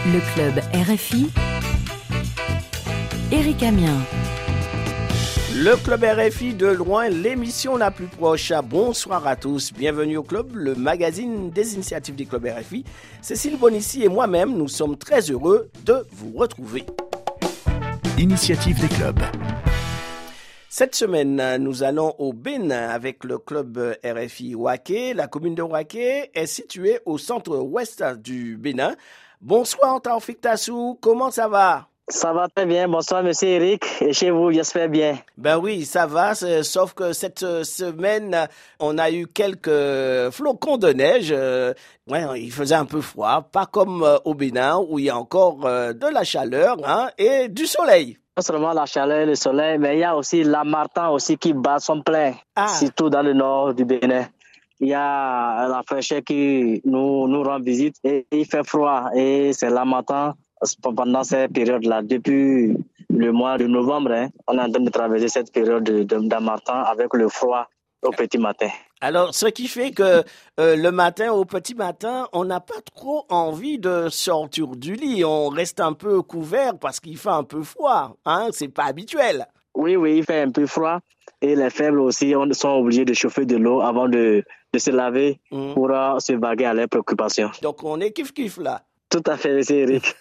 Le club RFI, Éric Amiens. Le club RFI de loin, l'émission la plus proche. Bonsoir à tous, bienvenue au club, le magazine des initiatives du club RFI. Cécile Bonissi et moi-même, nous sommes très heureux de vous retrouver. Initiative des clubs. Cette semaine, nous allons au Bénin avec le club RFI Ouaké. La commune de Ouaké est située au centre-ouest du Bénin. Bonsoir Taoufik Tassou, comment ça va? Ça va très bien, bonsoir monsieur Eric, et chez vous, j'espère bien. Ben oui, ça va, sauf que cette semaine, on a eu quelques flocons de neige. Il faisait un peu froid, pas comme au Bénin où il y a encore de la chaleur et du soleil. Non seulement la chaleur et le soleil, mais il y a aussi l'harmattan aussi qui bat son plein, surtout dans le nord du Bénin. Il y a la fraîcheur qui nous rend visite et il fait froid et c'est l'harmattan. Pendant cette période-là, depuis le mois de novembre, on est en train de traverser cette période d'harmattan avec le froid au petit matin. Alors, ce qui fait que le matin, au petit matin, on n'a pas trop envie de sortir du lit. On reste un peu couvert parce qu'il fait un peu froid. C'est pas habituel. Oui, il fait un peu froid. Et les faibles aussi sont obligés de chauffer de l'eau avant de se laver pour se vaguer à leurs préoccupations. Donc, on est kiff-kiff là. Tout à fait, c'est Eric.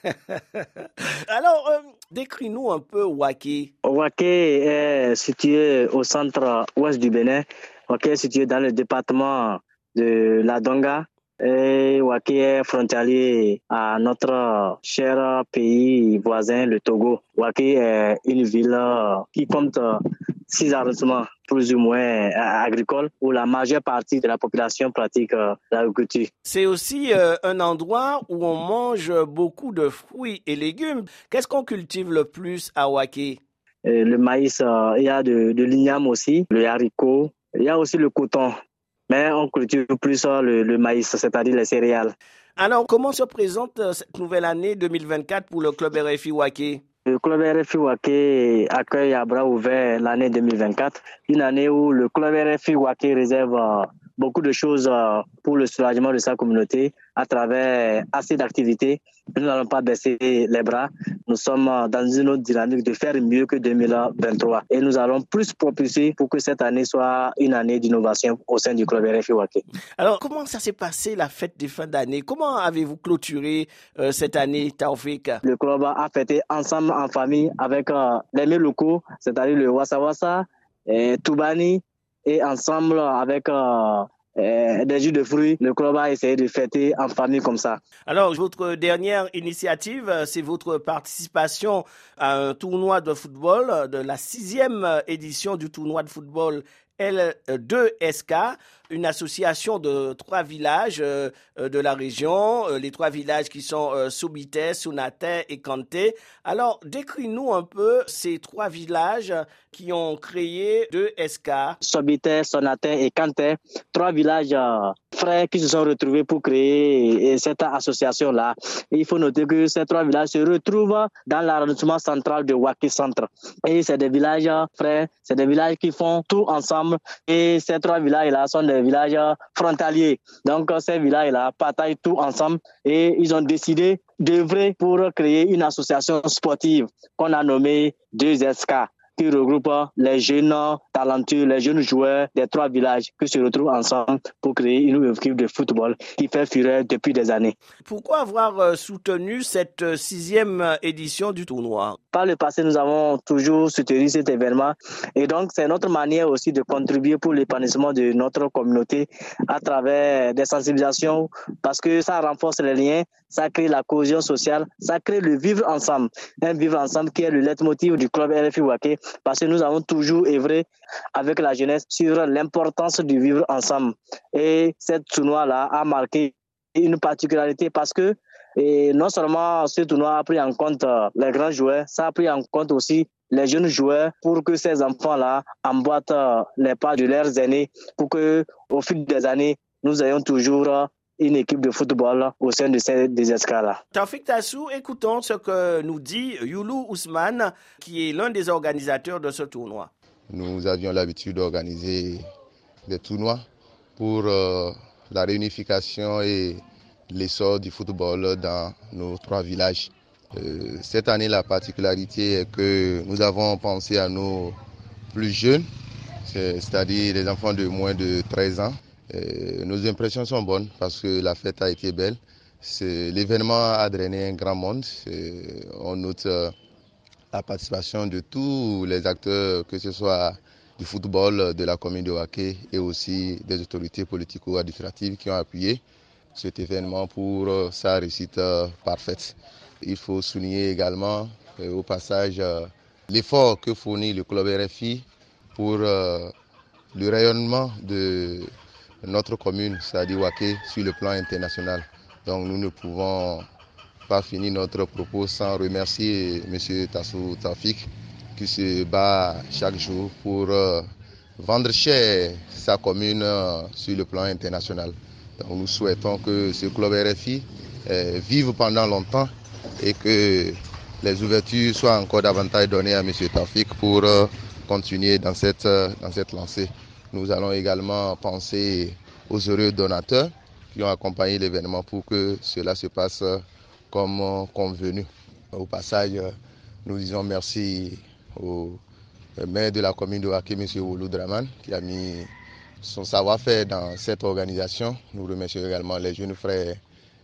Alors, décris-nous un peu Ouaké. Ouaké est situé au centre-ouest du Bénin. Ouaké est situé dans le département de la Donga. Et Ouaké est frontalier à notre cher pays voisin, le Togo. Ouaké est une ville qui compte 6 arrondissements plus ou moins agricoles où la majeure partie de la population pratique l'agriculture. C'est aussi un endroit où on mange beaucoup de fruits et légumes. Qu'est-ce qu'on cultive le plus à Ouaké? Le maïs, il y a de l'igname aussi, le haricot, il y a aussi le coton. Mais on cultive plus le maïs, c'est-à-dire les céréales. Alors, comment se présente cette nouvelle année 2024 pour le club RFI Ouaké? Le club RFI Ouaké accueille à bras ouverts l'année 2024, une année où le club RFI Ouaké réserve beaucoup de choses pour le soulagement de sa communauté à travers assez d'activités. Nous n'allons pas baisser les bras. Nous sommes dans une autre dynamique de faire mieux que 2023. Et nous allons plus propulser pour que cette année soit une année d'innovation au sein du club RFI Ouaké. Alors, comment ça s'est passé la fête des fins d'année? Comment avez-vous clôturé cette année, Taoufik? Le club a fêté ensemble en famille avec les mets locaux, c'est-à-dire le Wassa Wassa, Toubani, et ensemble avec des jus de fruits, le club a essayé de fêter en famille comme ça. Alors, votre dernière initiative, c'est votre participation à un tournoi de football, de la 6e édition du tournoi de football L2SK, une association de 3 villages de la région, les 3 villages qui sont Sobité, Sonaté et Kanté. Alors, décris-nous un peu ces 3 villages qui ont créé 2SK. Sobité, Sonaté et Kanté, 3 villages frères qui se sont retrouvés pour créer cette association-là. Et il faut noter que ces 3 villages se retrouvent dans l'arrondissement central de Ouaké Centre. Et c'est des villages frères, c'est des villages qui font tout ensemble. Et ces 3 villages-là sont des villages frontaliers. Donc, ces villages-là partagent tout ensemble et ils ont décidé d'œuvrer pour créer une association sportive qu'on a nommée 2SK, qui regroupe les jeunes talentueux, les jeunes joueurs des 3 villages qui se retrouvent ensemble pour créer une équipe de football qui fait fureur depuis des années. Pourquoi avoir soutenu cette 6e édition du tournoi? Par le passé, nous avons toujours soutenu cet événement et donc c'est notre manière aussi de contribuer pour l'épanouissement de notre communauté à travers des sensibilisations parce que ça renforce les liens, ça crée la cohésion sociale, ça crée le vivre ensemble. Un vivre ensemble qui est le leitmotiv du club RFI Ouaké parce que nous avons toujours œuvré avec la jeunesse sur l'importance du vivre ensemble. Et cette tournoi-là a marqué une particularité parce que non seulement ce tournoi a pris en compte les grands joueurs, ça a pris en compte aussi les jeunes joueurs pour que ces enfants-là emboîtent les pas de leurs aînés pour que, au fil des années, nous ayons toujours une équipe de football au sein de ces 2SK-là. Taoufik Tassou, écoutons ce que nous dit Youlou Ousmane, qui est l'un des organisateurs de ce tournoi. Nous avions l'habitude d'organiser des tournois pour la réunification et l'essor du football dans nos 3 villages. Cette année, la particularité est que nous avons pensé à nos plus jeunes, c'est-à-dire les enfants de moins de 13 ans. Nos impressions sont bonnes parce que la fête a été belle. L'événement a drainé un grand monde. On note la participation de tous les acteurs, que ce soit du football de la commune de Waké et aussi des autorités politico-administratives qui ont appuyé cet événement pour sa réussite parfaite. Il faut souligner également au passage l'effort que fournit le club RFI pour le rayonnement de notre commune, c'est-à-dire Waké, sur le plan international. Donc nous ne pouvons pas finir notre propos sans remercier M. Tassou Taufik qui se bat chaque jour pour vendre cher sa commune sur le plan international. Donc nous souhaitons que ce club RFI vive pendant longtemps et que les ouvertures soient encore davantage données à M. Taufik pour continuer dans cette lancée. Nous allons également penser aux heureux donateurs qui ont accompagné l'événement pour que cela se passe comme convenu. Au passage, nous disons merci au maire de la commune de Waké, M. Oulou Draman, qui a mis son savoir-faire dans cette organisation. Nous remercions également les jeunes frères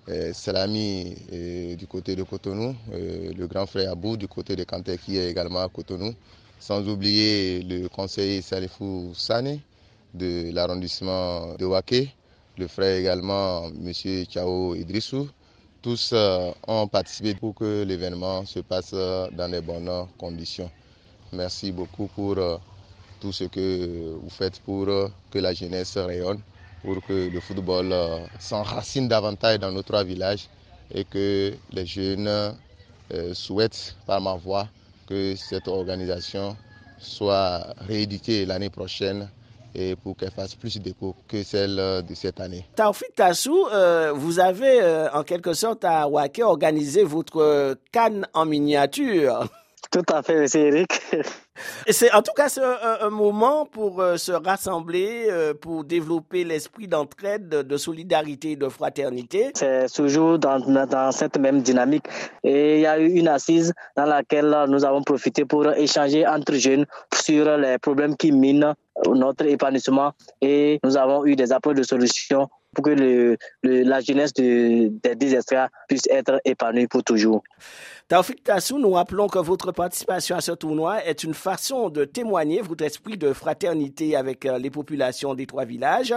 Salami du côté de Cotonou, le grand frère Abou du côté de Kanté qui est également à Cotonou, sans oublier le conseiller Salifou Sané de l'arrondissement de Waké, le frère également M. Tchao Idrissou. Tous ont participé pour que l'événement se passe dans de bonnes conditions. Merci beaucoup pour tout ce que vous faites pour que la jeunesse rayonne, pour que le football s'enracine davantage dans nos 3 villages et que les jeunes souhaitent par ma voix que cette organisation soit rééditée l'année prochaine et pour qu'elle fasse plus d'écho que celle de cette année. Taoufik Tassou, vous avez en quelque sorte à Waké organisé votre CAN en miniature. Tout à fait, c'est Eric. En tout cas, c'est un moment pour se rassembler, pour développer l'esprit d'entraide, de solidarité, de fraternité. C'est toujours dans cette même dynamique. Et il y a eu une assise dans laquelle nous avons profité pour échanger entre jeunes sur les problèmes qui minent notre épanouissement. Et nous avons eu des apports de solutions pour que la jeunesse des 10 extras puisse être épanouie pour toujours. Taoufik Tassou, nous rappelons que votre participation à ce tournoi est une façon de témoigner votre esprit de fraternité avec les populations des 3 villages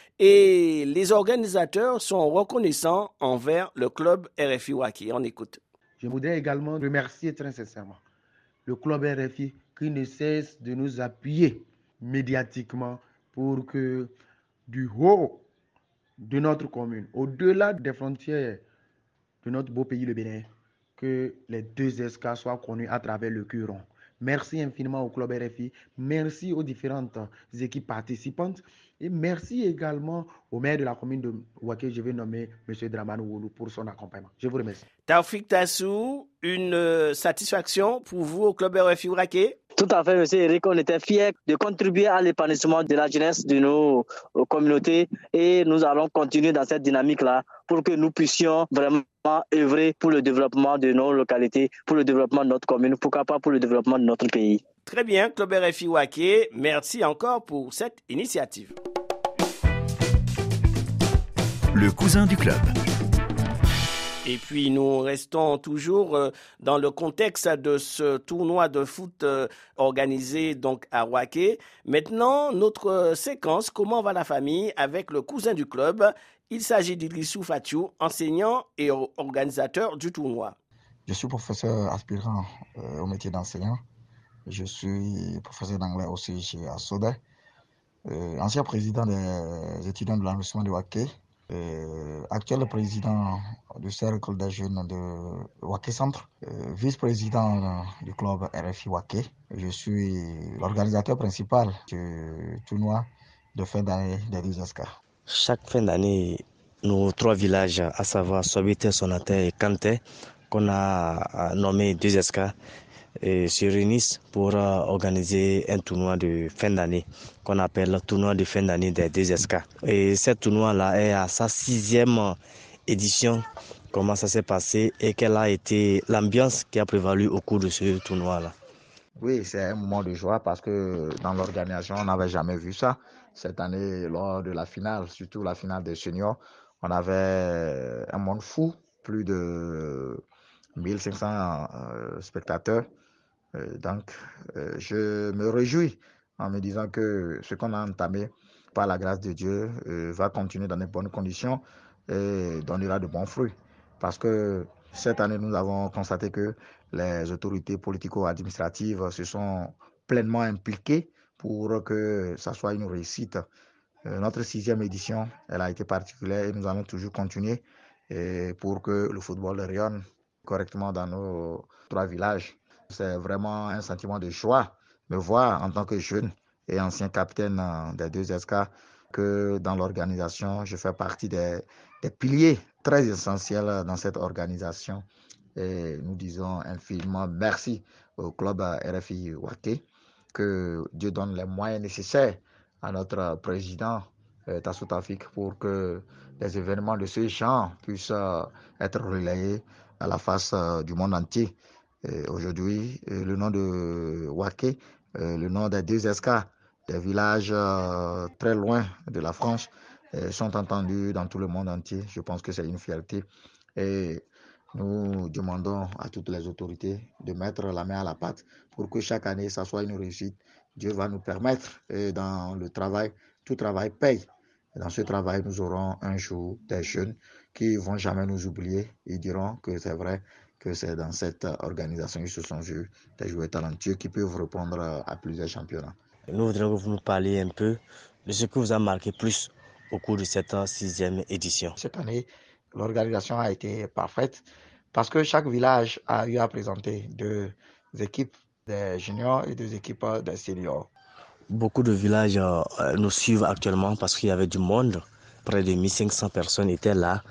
et les organisateurs sont reconnaissants envers le club RFI Waké. On écoute. Je voudrais également remercier très sincèrement le club RFI qui ne cesse de nous appuyer médiatiquement pour que du haut de notre commune, au-delà des frontières de notre beau pays, le Bénin, que les 2 SK soient connus à travers le Curon. Merci infiniment au club RFI, merci aux différentes équipes participantes et merci également au maire de la commune de Waké, je vais nommer M. Draman Oulou pour son accompagnement. Je vous remercie. Taoufik Tassou, une satisfaction pour vous au club RFI Waké? Tout à fait, M. Eric. On était fiers de contribuer à l'épanouissement de la jeunesse de nos communautés et nous allons continuer dans cette dynamique-là pour que nous puissions vraiment œuvrer pour le développement de nos localités, pour le développement de notre commune, pourquoi pas pour le développement de notre pays. Très bien, Club RFI Waké, merci encore pour cette initiative. Le cousin du club. Et puis nous restons toujours dans le contexte de ce tournoi de foot organisé donc à Waké. Maintenant, notre séquence Comment va la famille avec le cousin du club. Il s'agit d'Idrissou Fatiou, enseignant et organisateur du tournoi. Je suis professeur aspirant au métier d'enseignant. Je suis professeur d'anglais aussi chez Assoda. Ancien président des étudiants de l'arrondissement de Waké. Actuel président du cercle des jeunes de Waké Centre, vice-président du club RFI Waké. Je suis l'organisateur principal du tournoi de fin d'année des 10 SK. Chaque fin d'année, nos 3 villages, à savoir Sobité, Sonaté et Kanté, qu'on a nommé 2 SK, se réunissent pour organiser un tournoi de fin d'année qu'on appelle le tournoi de fin d'année des 2 SK. Et ce tournoi-là est à sa 6e édition, comment ça s'est passé et quelle a été l'ambiance qui a prévalu au cours de ce tournoi-là. Oui, c'est un moment de joie parce que dans l'organisation, on n'avait jamais vu ça. Cette année, lors de la finale, surtout la finale des seniors, on avait un monde fou, plus de 1500 spectateurs. Je me réjouis en me disant que ce qu'on a entamé, par la grâce de Dieu, va continuer dans de bonnes conditions et donnera de bons fruits. Parce que cette année, nous avons constaté que les autorités politico-administratives se sont pleinement impliquées pour que ça soit une réussite. Notre 6e édition, elle a été particulière et nous allons toujours continuer pour que le football rayonne correctement dans nos 3 villages. C'est vraiment un sentiment de joie de voir en tant que jeune et ancien capitaine des 2SK que dans l'organisation, je fais partie des piliers très essentiels dans cette organisation. Et nous disons infiniment merci au club RFI Waké, que Dieu donne les moyens nécessaires à notre président Tasso Tafik pour que les événements de ce genre puissent être relayés à la face du monde entier. Aujourd'hui, le nom de Waké, le nom des 2SK, des villages très loin de la France, sont entendus dans tout le monde entier. Je pense que c'est une fierté. Et nous demandons à toutes les autorités de mettre la main à la pâte pour que chaque année, ça soit une réussite. Dieu va nous permettre, et dans le travail, tout travail paye. Et dans ce travail, nous aurons un jour des jeunes qui ne vont jamais nous oublier. Ils diront que c'est vrai que c'est dans cette organisation qu'ils se sont vus des joueurs talentueux qui peuvent répondre à plusieurs championnats. Nous voudrions que vous nous parliez un peu de ce que vous a marqué plus au cours de cette 6e édition. Cette année, l'organisation a été parfaite parce que chaque village a eu à présenter 2 équipes des juniors et 2 équipes des seniors. Beaucoup de villages nous suivent actuellement parce qu'il y avait du monde. Près de 1500 personnes étaient là.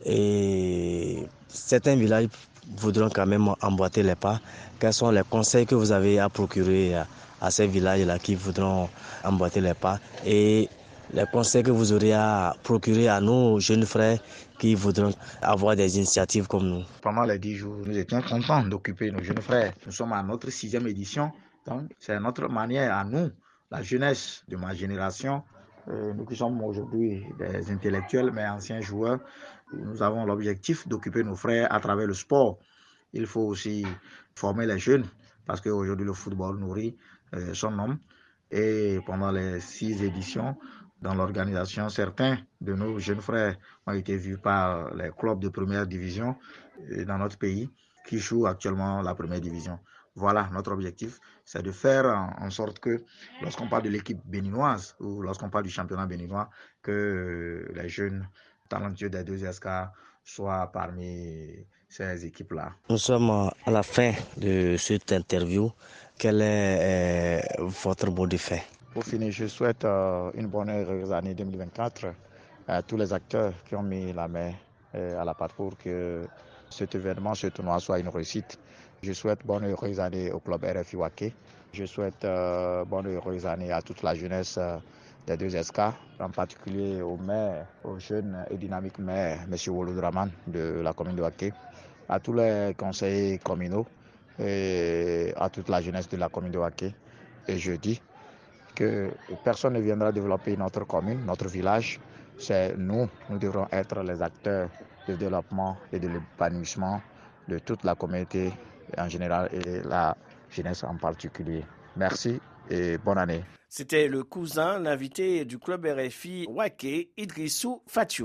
Et certains villages voudront quand même emboîter les pas. Quels sont les conseils que vous avez à procurer à ces villages-là qui voudront emboîter les pas et les conseils que vous aurez à procurer à nos jeunes frères qui voudront avoir des initiatives comme nous? Pendant les 10 jours, nous étions contents d'occuper nos jeunes frères. Nous sommes à notre 6e édition. Donc, c'est notre manière à nous, la jeunesse de ma génération, nous qui sommes aujourd'hui des intellectuels mais anciens joueurs, nous avons l'objectif d'occuper nos frères à travers le sport. Il faut aussi former les jeunes parce qu'aujourd'hui le football nourrit son homme. Et pendant les 6 éditions, dans l'organisation, certains de nos jeunes frères ont été vus par les clubs de première division dans notre pays qui jouent actuellement la première division. Voilà, notre objectif, c'est de faire en sorte que lorsqu'on parle de l'équipe béninoise ou lorsqu'on parle du championnat béninois, que les jeunes talentueux des 2SK soient parmi ces équipes-là. Nous sommes à la fin de cette interview. Quel est votre mot de fin? Pour finir, je souhaite une bonne et heureuse année 2024 à tous les acteurs qui ont mis la main à la pâte pour que cet événement, ce tournoi soit une réussite. Je souhaite bonne et heureuse année au club RFI Waké. Je souhaite bonne et heureuse année à toute la jeunesse des 2SK, en particulier au maire, au jeune et dynamique maire, M. Wolodraman de la commune de Waké, à tous les conseillers communaux et à toute la jeunesse de la commune de Waké. Et je dis que personne ne viendra développer notre commune, notre village. C'est nous devrons être les acteurs du développement et de l'épanouissement de toute la communauté en général et la jeunesse en particulier. Merci et bonne année. C'était le cousin, l'invité du club RFI Waké, Idrissou Fatiou.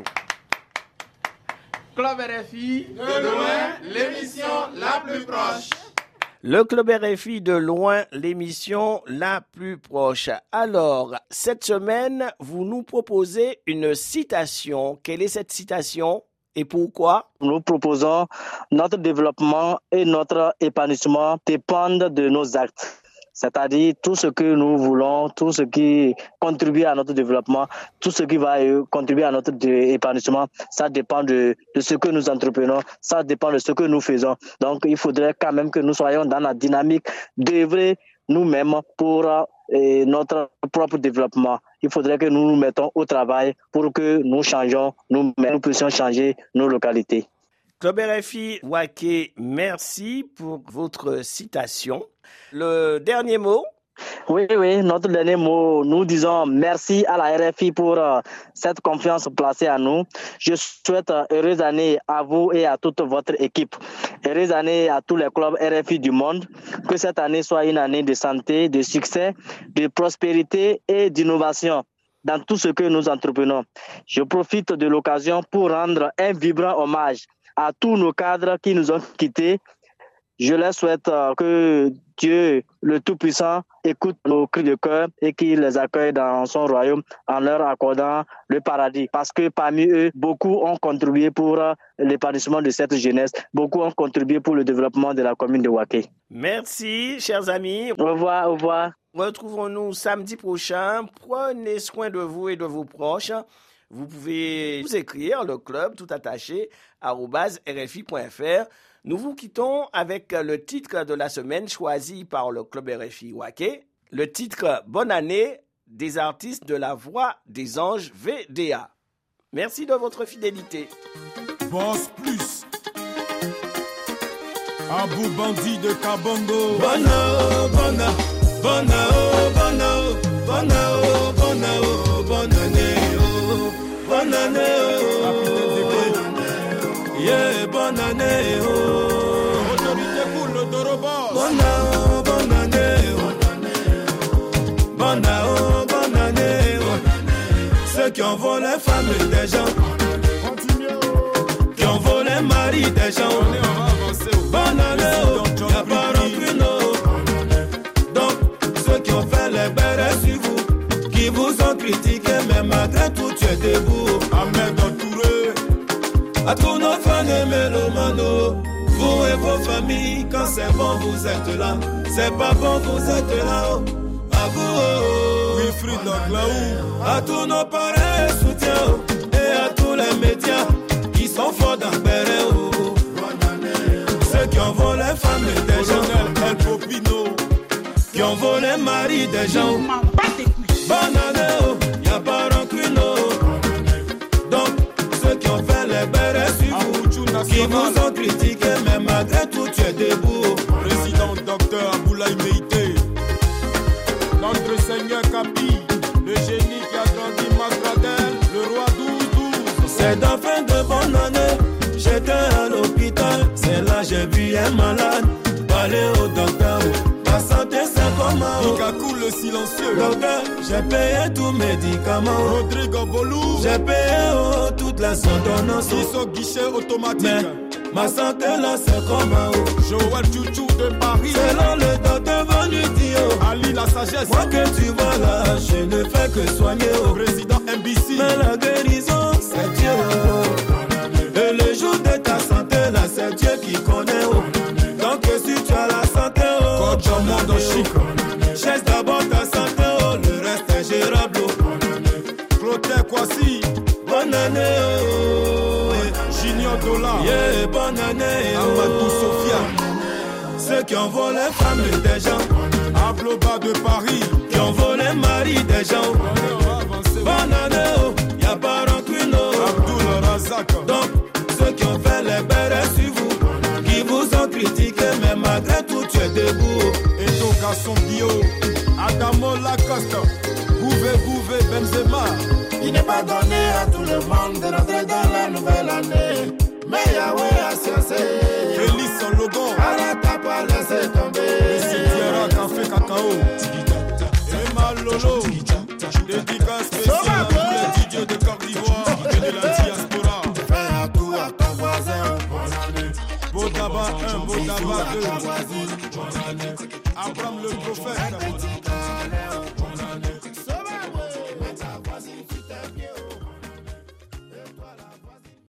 Club RFI, de loin, l'émission la plus proche. Le club RFI de loin, l'émission la plus proche. Alors, cette semaine, vous nous proposez une citation. Quelle est cette citation et pourquoi? Nous proposons notre développement et notre épanouissement dépendent de nos actes. C'est-à-dire tout ce que nous voulons, tout ce qui contribue à notre développement, tout ce qui va contribuer à notre épanouissement, ça dépend de ce que nous entreprenons, ça dépend de ce que nous faisons. Donc, il faudrait quand même que nous soyons dans la dynamique d'œuvrer nous-mêmes pour notre propre développement. il faudrait que nous nous mettons au travail pour que nous changeons, nous puissions changer nos localités. Club RFI Waké, merci pour votre citation. Le dernier mot? Oui, notre dernier mot, nous disons merci à la RFI pour cette confiance placée à nous. Je souhaite heureuse année à vous et à toute votre équipe. Heureuse année à tous les clubs RFI du monde. Que cette année soit une année de santé, de succès, de prospérité et d'innovation dans tout ce que nous entreprenons. Je profite de l'occasion pour rendre un vibrant hommage à tous nos cadres qui nous ont quittés. Je leur souhaite que Dieu, le Tout-Puissant, écoute nos cris de cœur et qu'il les accueille dans son royaume en leur accordant le paradis. Parce que parmi eux, beaucoup ont contribué pour l'épanouissement de cette jeunesse. Beaucoup ont contribué pour le développement de la commune de Waké. Merci, chers amis. Au revoir, au revoir. Retrouvons-nous samedi prochain. Prenez soin de vous et de vos proches. Vous pouvez nous écrire, le club, tout attaché, @rfi.fr. Nous vous quittons avec le titre de la semaine choisi par le club RFI Waké. Le titre « Bonne année » des artistes de la Voix des Anges VDA. Merci de votre fidélité. Boss Plus Abou Bandi de Kabongo. Bonne année, bonne année, yeah, bonne année, Autorité pour le Dorobos. bonne année, ceux qui ont volé les femmes des gens, qui ont volé les maris des gens, bonne année, y'a pas rancune, donc ceux qui ont fait les bérets sur vous, qui vous ont critiqué, mais malgré tout tu es debout. Ahmed Touré. À tous nos fans et mélomanos, vous et vos familles, quand c'est bon vous êtes là, c'est pas bon vous êtes là. À vous, Wilfried Laglaou. à tous nos parents et soutiens, et à tous les médias qui sont forts dans Béret. Ceux qui ont volé les femmes et des gens, El Popino. qui ont volé les maris des gens. Bonne année, y'a pas rancune. Donc, ceux qui ont fait les bérets sur vous, qui vous ont critiqué, mais malgré tout, tu es debout. Président Docteur Aboulaye Meïté. Notre Seigneur Kapi, le génie qui a grandi Magradel, le roi 12-12. C'est dans fin de bonne année, j'étais à l'hôpital. C'est là j'ai vu un malade, aller au docteur. Ma santé c'est comment? Ikakou le silencieux. Docteur, j'ai payé tous mes médicaments. Rodrigo Bolou. J'ai payé toutes les ordonnances. Ils sont guichets automatiques. Mais ma santé là c'est comment? Joël Chouchou de Paris. Selon le docteur venu dire Ali la sagesse. moi que tu vois là, je ne fais que soigner. Président MBC. Mais la guérison c'est Dieu. Et le jour de ta santé là c'est Dieu qui connaît. Donc si tu as la santé, Coach au monde chic. cherche d'abord ta santé, le reste est gérable. Clotaire Kwasi. Bonne année, Junior Dollar. yeah, bonne année, Amadou Sophia. ceux qui ont volé les femmes des gens, Abloba de Paris. qui ont volé les maris des gens. Bonne année, y'a pas rancune. Abdul Razak. Donc, ceux qui ont fait les bérets sur vous, qui vous ont critiqué, mais malgré tout, tu es debout. Eto Gasson Bio. Adamo Lacoste. Gouvé Benzema. Il n'est pas donné à tout le monde de rentrer dans la nouvelle année. Mais Yahweh a cessé. Félix Logan. Allah t'a pas laissé tomber. Sierra Café Cacao. Emma Lolo. Dédicace spéciale à tous les DJ de Côte d'Ivoire et de la diaspora. Fais un coup à ton voisin. Bonne année. Bodaba 1, Bodaba 2. Bonne année. Abraham le prophète.